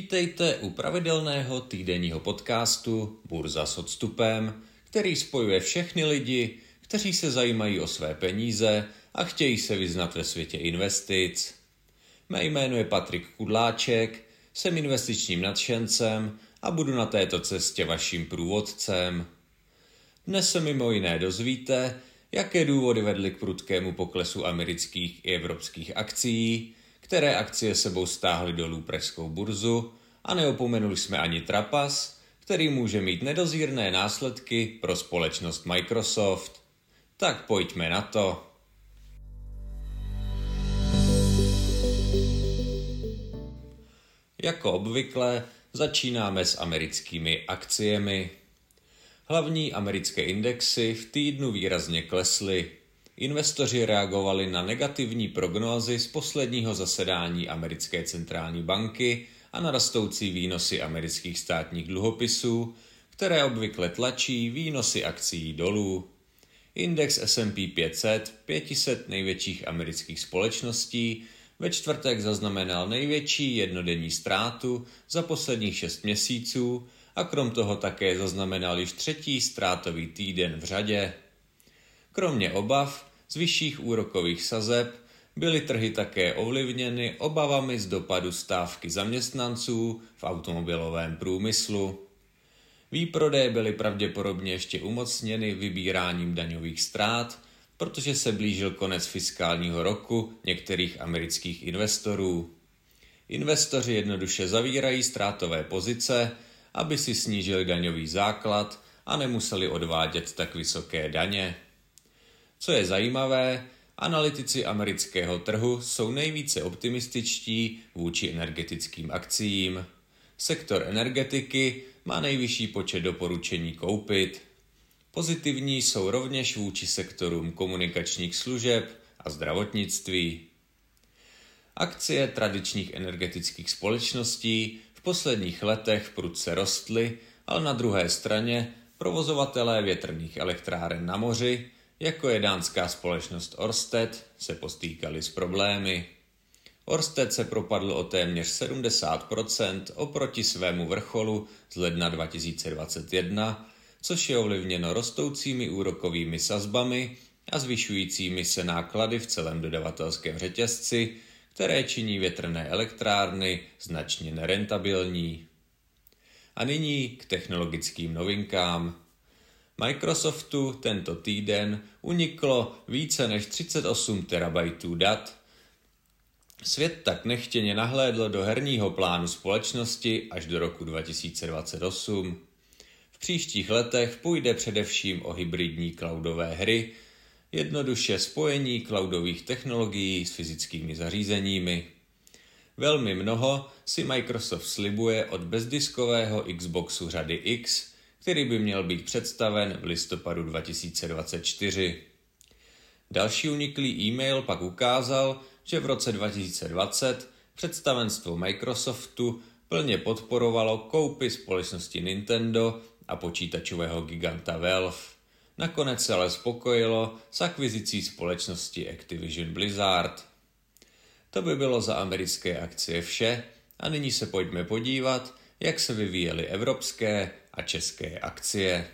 Vítejte u pravidelného týdenního podcastu Burza s odstupem, který spojuje všechny lidi, kteří se zajímají o své peníze a chtějí se vyznat ve světě investic. Mé jméno je Patrik Kudláček, jsem investičním nadšencem a budu na této cestě vaším průvodcem. Dnes se mimo jiné dozvíte, jaké důvody vedly k prudkému poklesu amerických i evropských akcií, které akcie sebou stáhly dolů pražskou burzu a neopomenuli jsme ani trapas, který může mít nedozírné následky pro společnost Microsoft. Tak pojďme na to. Jako obvykle začínáme s americkými akciemi. Hlavní americké indexy v týdnu výrazně klesly. Investoři reagovali na negativní prognózy z posledního zasedání americké centrální banky a na rostoucí výnosy amerických státních dluhopisů, které obvykle tlačí výnosy akcií dolů. Index S&P 500 největších amerických společností ve čtvrtek zaznamenal největší jednodenní ztrátu za posledních 6 měsíců a krom toho také zaznamenal již třetí ztrátový týden v řadě. Kromě obav z vyšších úrokových sazeb byly trhy také ovlivněny obavami z dopadu stávky zaměstnanců v automobilovém průmyslu. Výprodeje byly pravděpodobně ještě umocněny vybíráním daňových ztrát, protože se blížil konec fiskálního roku některých amerických investorů. Investoři jednoduše zavírají ztrátové pozice, aby si snížili daňový základ a nemuseli odvádět tak vysoké daně. Co je zajímavé, analytici amerického trhu jsou nejvíce optimističtí vůči energetickým akciím. Sektor energetiky má nejvyšší počet doporučení koupit. Pozitivní jsou rovněž vůči sektorům komunikačních služeb a zdravotnictví. Akcie tradičních energetických společností v posledních letech prudce rostly, ale na druhé straně provozovatelé větrných elektráren na moři, jako je dánská společnost Ørsted, se potýkali s problémy. Ørsted se propadl o téměř 70% oproti svému vrcholu z ledna 2021, což je ovlivněno rostoucími úrokovými sazbami a zvyšujícími se náklady v celém dodavatelském řetězci, které činí větrné elektrárny značně nerentabilní. A nyní k technologickým novinkám. Microsoftu tento týden uniklo více než 38 terabajtů dat. Svět tak nechtěně nahlédl do herního plánu společnosti až do roku 2028. V příštích letech půjde především o hybridní cloudové hry, jednoduše spojení cloudových technologií s fyzickými zařízeními. Velmi mnoho si Microsoft slibuje od bezdiskového Xboxu řady X, který by měl být představen v listopadu 2024. Další uniklý e-mail pak ukázal, že v roce 2020 představenstvo Microsoftu plně podporovalo koupy společnosti Nintendo a počítačového giganta Valve. Nakonec se ale spokojilo s akvizicí společnosti Activision Blizzard. To by bylo za americké akcie vše a nyní se pojďme podívat, jak se vyvíjely evropské a české akcie.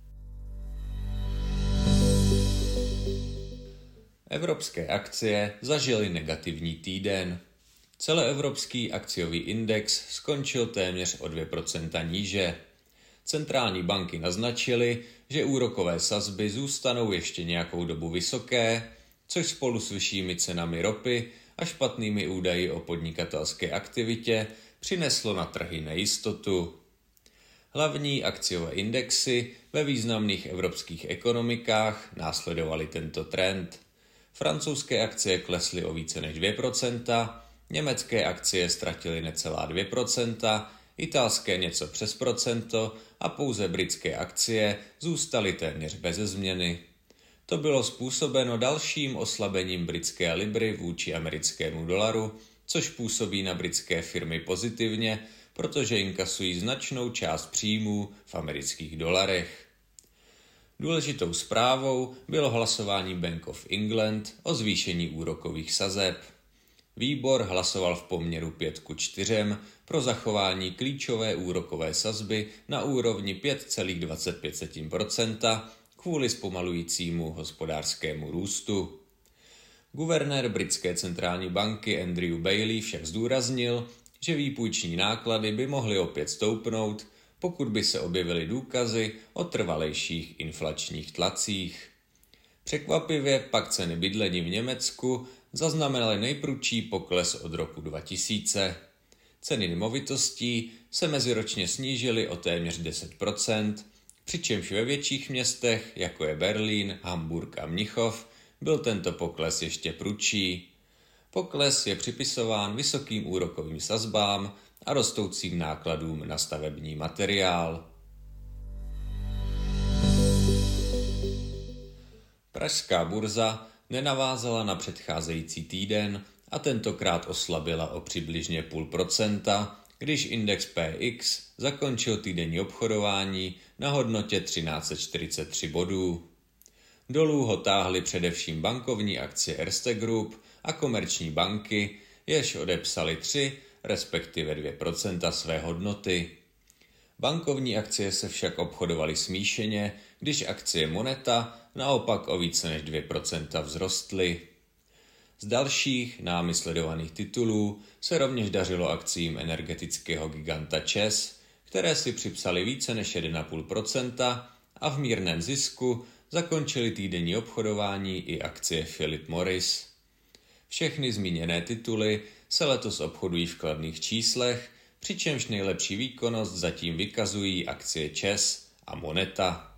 Evropské akcie zažily negativní týden. Celoevropský akciový index skončil téměř o 2% níže. Centrální banky naznačily, že úrokové sazby zůstanou ještě nějakou dobu vysoké, což spolu s vyššími cenami ropy a špatnými údaji o podnikatelské aktivitě přineslo na trhy nejistotu. Hlavní akciové indexy ve významných evropských ekonomikách následovaly tento trend. Francouzské akcie klesly o více než 2%, německé akcie ztratily necelá 2%, italské něco přes procento a pouze britské akcie zůstaly téměř beze změny. To bylo způsobeno dalším oslabením britské libry vůči americkému dolaru, což působí na britské firmy pozitivně, protože inkasují značnou část příjmů v amerických dolarech. Důležitou zprávou bylo hlasování Bank of England o zvýšení úrokových sazeb. Výbor hlasoval v poměru 5:4 pro zachování klíčové úrokové sazby na úrovni 5,25% kvůli zpomalujícímu hospodářskému růstu. Guvernér britské centrální banky Andrew Bailey však zdůraznil, že výpůjční náklady by mohly opět stoupnout, pokud by se objevily důkazy o trvalejších inflačních tlacích. Překvapivě pak ceny bydlení v Německu zaznamenaly nejprudší pokles od roku 2000. Ceny nemovitostí se meziročně snížily o téměř 10%, přičemž ve větších městech, jako je Berlín, Hamburg a Mnichov, byl tento pokles ještě prudší. Pokles je připisován vysokým úrokovým sazbám a rostoucím nákladům na stavební materiál. Pražská burza nenavázala na předcházející týden a tentokrát oslabila o přibližně 0,5%, když index PX zakončil týdenní obchodování na hodnotě 1343 bodů. Dolů ho táhly především bankovní akcie Erste Group a komerční banky, jež odepsaly 3, respektive 2% své hodnoty. Bankovní akcie se však obchodovaly smíšeně, když akcie Moneta naopak o více než 2% vzrostly. Z dalších námi sledovaných titulů se rovněž dařilo akciím energetického giganta ČEZ, které si připsaly více než 1,5% a v mírném zisku zakončily týdenní obchodování i akcie Philip Morris. Všechny zmíněné tituly se letos obchodují v kladných číslech, přičemž nejlepší výkonnost zatím vykazují akcie ČEZ a Moneta.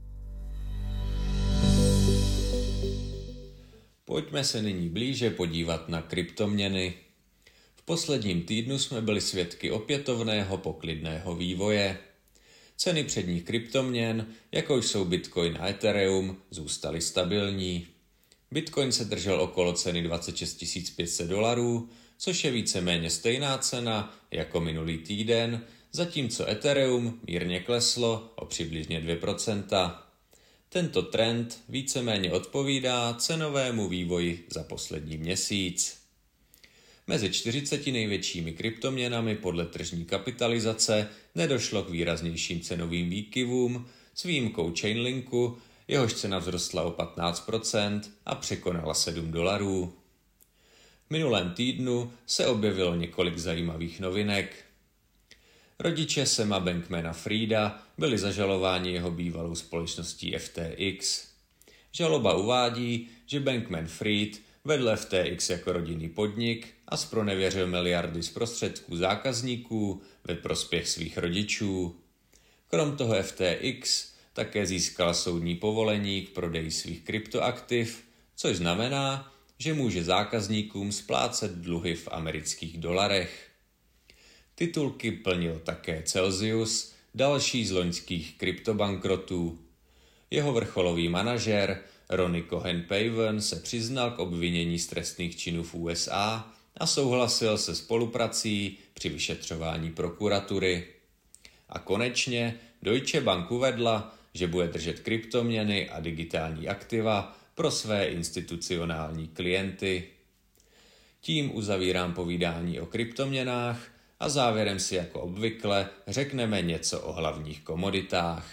Pojďme se nyní blíže podívat na kryptoměny. V posledním týdnu jsme byli svědky opětovného poklidného vývoje. Ceny předních kryptoměn, jako jsou Bitcoin a Ethereum, zůstaly stabilní. Bitcoin se držel okolo ceny $26 500, což je víceméně stejná cena jako minulý týden, zatímco Ethereum mírně kleslo o přibližně 2%. Tento trend víceméně odpovídá cenovému vývoji za poslední měsíc. Mezi 40 největšími kryptoměnami podle tržní kapitalizace nedošlo k výraznějším cenovým výkyvům s výjimkou Chainlinku, jehož cena vzrostla o 15% a překonala $7. V minulém týdnu se objevilo několik zajímavých novinek. Rodiče Sama Bankmana-Frieda byli zažalováni jeho bývalou společností FTX. Žaloba uvádí, že Bankman-Fried vedl FTX jako rodinný podnik a zpronevěřil miliardy z prostředků zákazníků ve prospěch svých rodičů. Krom toho FTX také získala soudní povolení k prodeji svých kryptoaktiv, což znamená, že může zákazníkům splácet dluhy v amerických dolarech. Titulky plnil také Celsius, další z loňských kryptobankrotů. Jeho vrcholový manažer Ronnie Cohen-Paven se přiznal k obvinění z trestných činů v USA a souhlasil se spoluprací při vyšetřování prokuratury. A konečně Deutsche Bank uvedla, že bude držet kryptoměny a digitální aktiva pro své institucionální klienty. Tím uzavírám povídání o kryptoměnách a závěrem si jako obvykle řekneme něco o hlavních komoditách.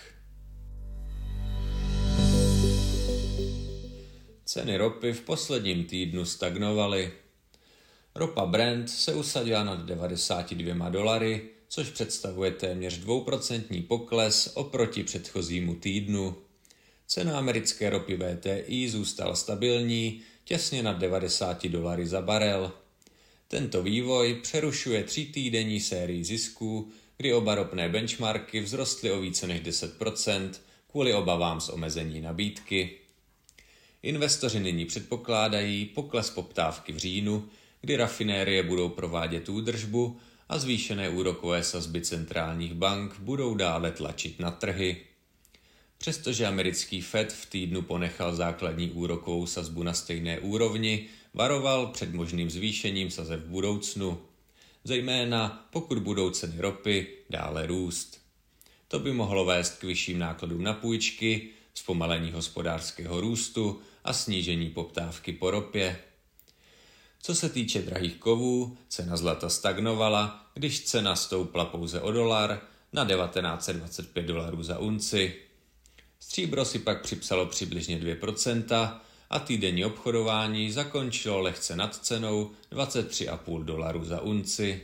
Ceny ropy v posledním týdnu stagnovaly. Ropa Brent se usadila nad $92, což představuje téměř 2% pokles oproti předchozímu týdnu. Cena americké ropy WTI zůstala stabilní, těsně nad $90 za barel. Tento vývoj přerušuje 3týdenní sérii zisků, kdy oba ropné benchmarky vzrostly o více než 10% kvůli obavám z omezení nabídky. Investoři nyní předpokládají pokles poptávky v říjnu, kdy rafinérie budou provádět údržbu a zvýšené úrokové sazby centrálních bank budou dále tlačit na trhy. Přestože americký Fed v týdnu ponechal základní úrokovou sazbu na stejné úrovni, varoval před možným zvýšením sazeb v budoucnu, zejména pokud budou ceny ropy dále růst. To by mohlo vést k vyšším nákladům na půjčky, zpomalení hospodářského růstu a snížení poptávky po ropě. Co se týče drahých kovů, cena zlata stagnovala, když cena stoupla pouze o $1 na $1925 za unci. Stříbro si pak připsalo přibližně 2% a týdenní obchodování zakončilo lehce nad cenou $23,5 za unci.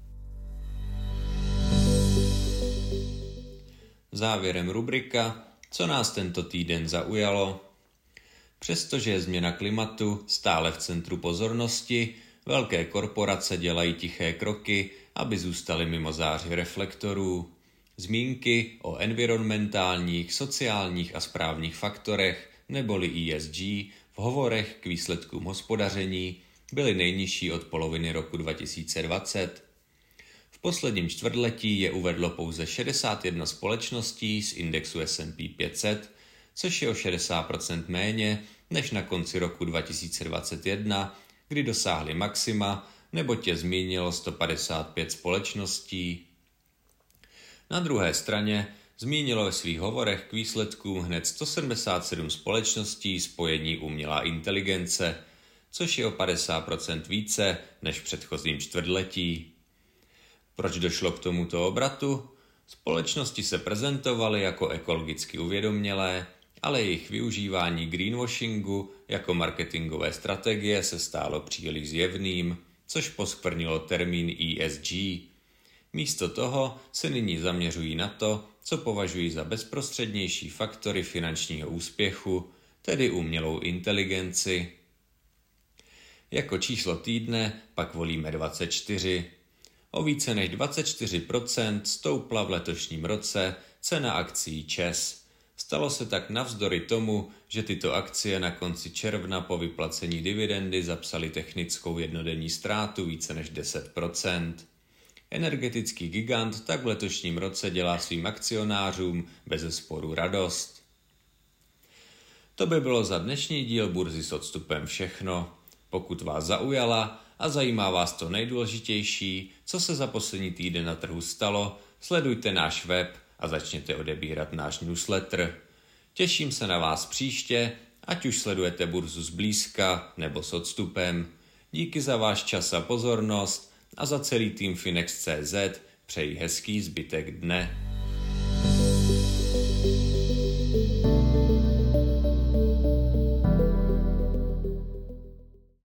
Závěrem rubrika, co nás tento týden zaujalo. Přestože je změna klimatu stále v centru pozornosti, velké korporace dělají tiché kroky, aby zůstaly mimo záři reflektorů. Zmínky o environmentálních, sociálních a správních faktorech neboli ESG v hovorech k výsledkům hospodaření byly nejnižší od poloviny roku 2020. V posledním čtvrtletí je uvedlo pouze 61 společností z indexu S&P 500, což je o 60% méně než na konci roku 2021, kdy dosáhly maxima, neboť je zmínilo 155 společností. Na druhé straně zmínilo ve svých hovorech k výsledkům hned 177 společností spojení umělá inteligence, což je o 50% více než v předchozím čtvrtletí. Proč došlo k tomuto obratu? Společnosti se prezentovaly jako ekologicky uvědomělé, ale jejich využívání greenwashingu jako marketingové strategie se stálo příliš zjevným, což poskvrnilo termín ESG. Místo toho se nyní zaměřují na to, co považují za bezprostřednější faktory finančního úspěchu, tedy umělou inteligenci. Jako číslo týdne pak volíme 24. O více než 24% stoupla v letošním roce cena akcií ČEZ. Stalo se tak navzdory tomu, že tyto akcie na konci června po vyplacení dividendy zapsaly technickou jednodenní ztrátu více než 10%. Energetický gigant tak v letošním roce dělá svým akcionářům bezesporu radost. To by bylo za dnešní díl Burzy s odstupem všechno. Pokud vás zaujala a zajímá vás to nejdůležitější, co se za poslední týden na trhu stalo, sledujte náš web a začněte odebírat náš newsletter. Těším se na vás příště, ať už sledujete burzu zblízka nebo s odstupem. Díky za váš čas a pozornost a za celý tým Finex.cz přeji hezký zbytek dne.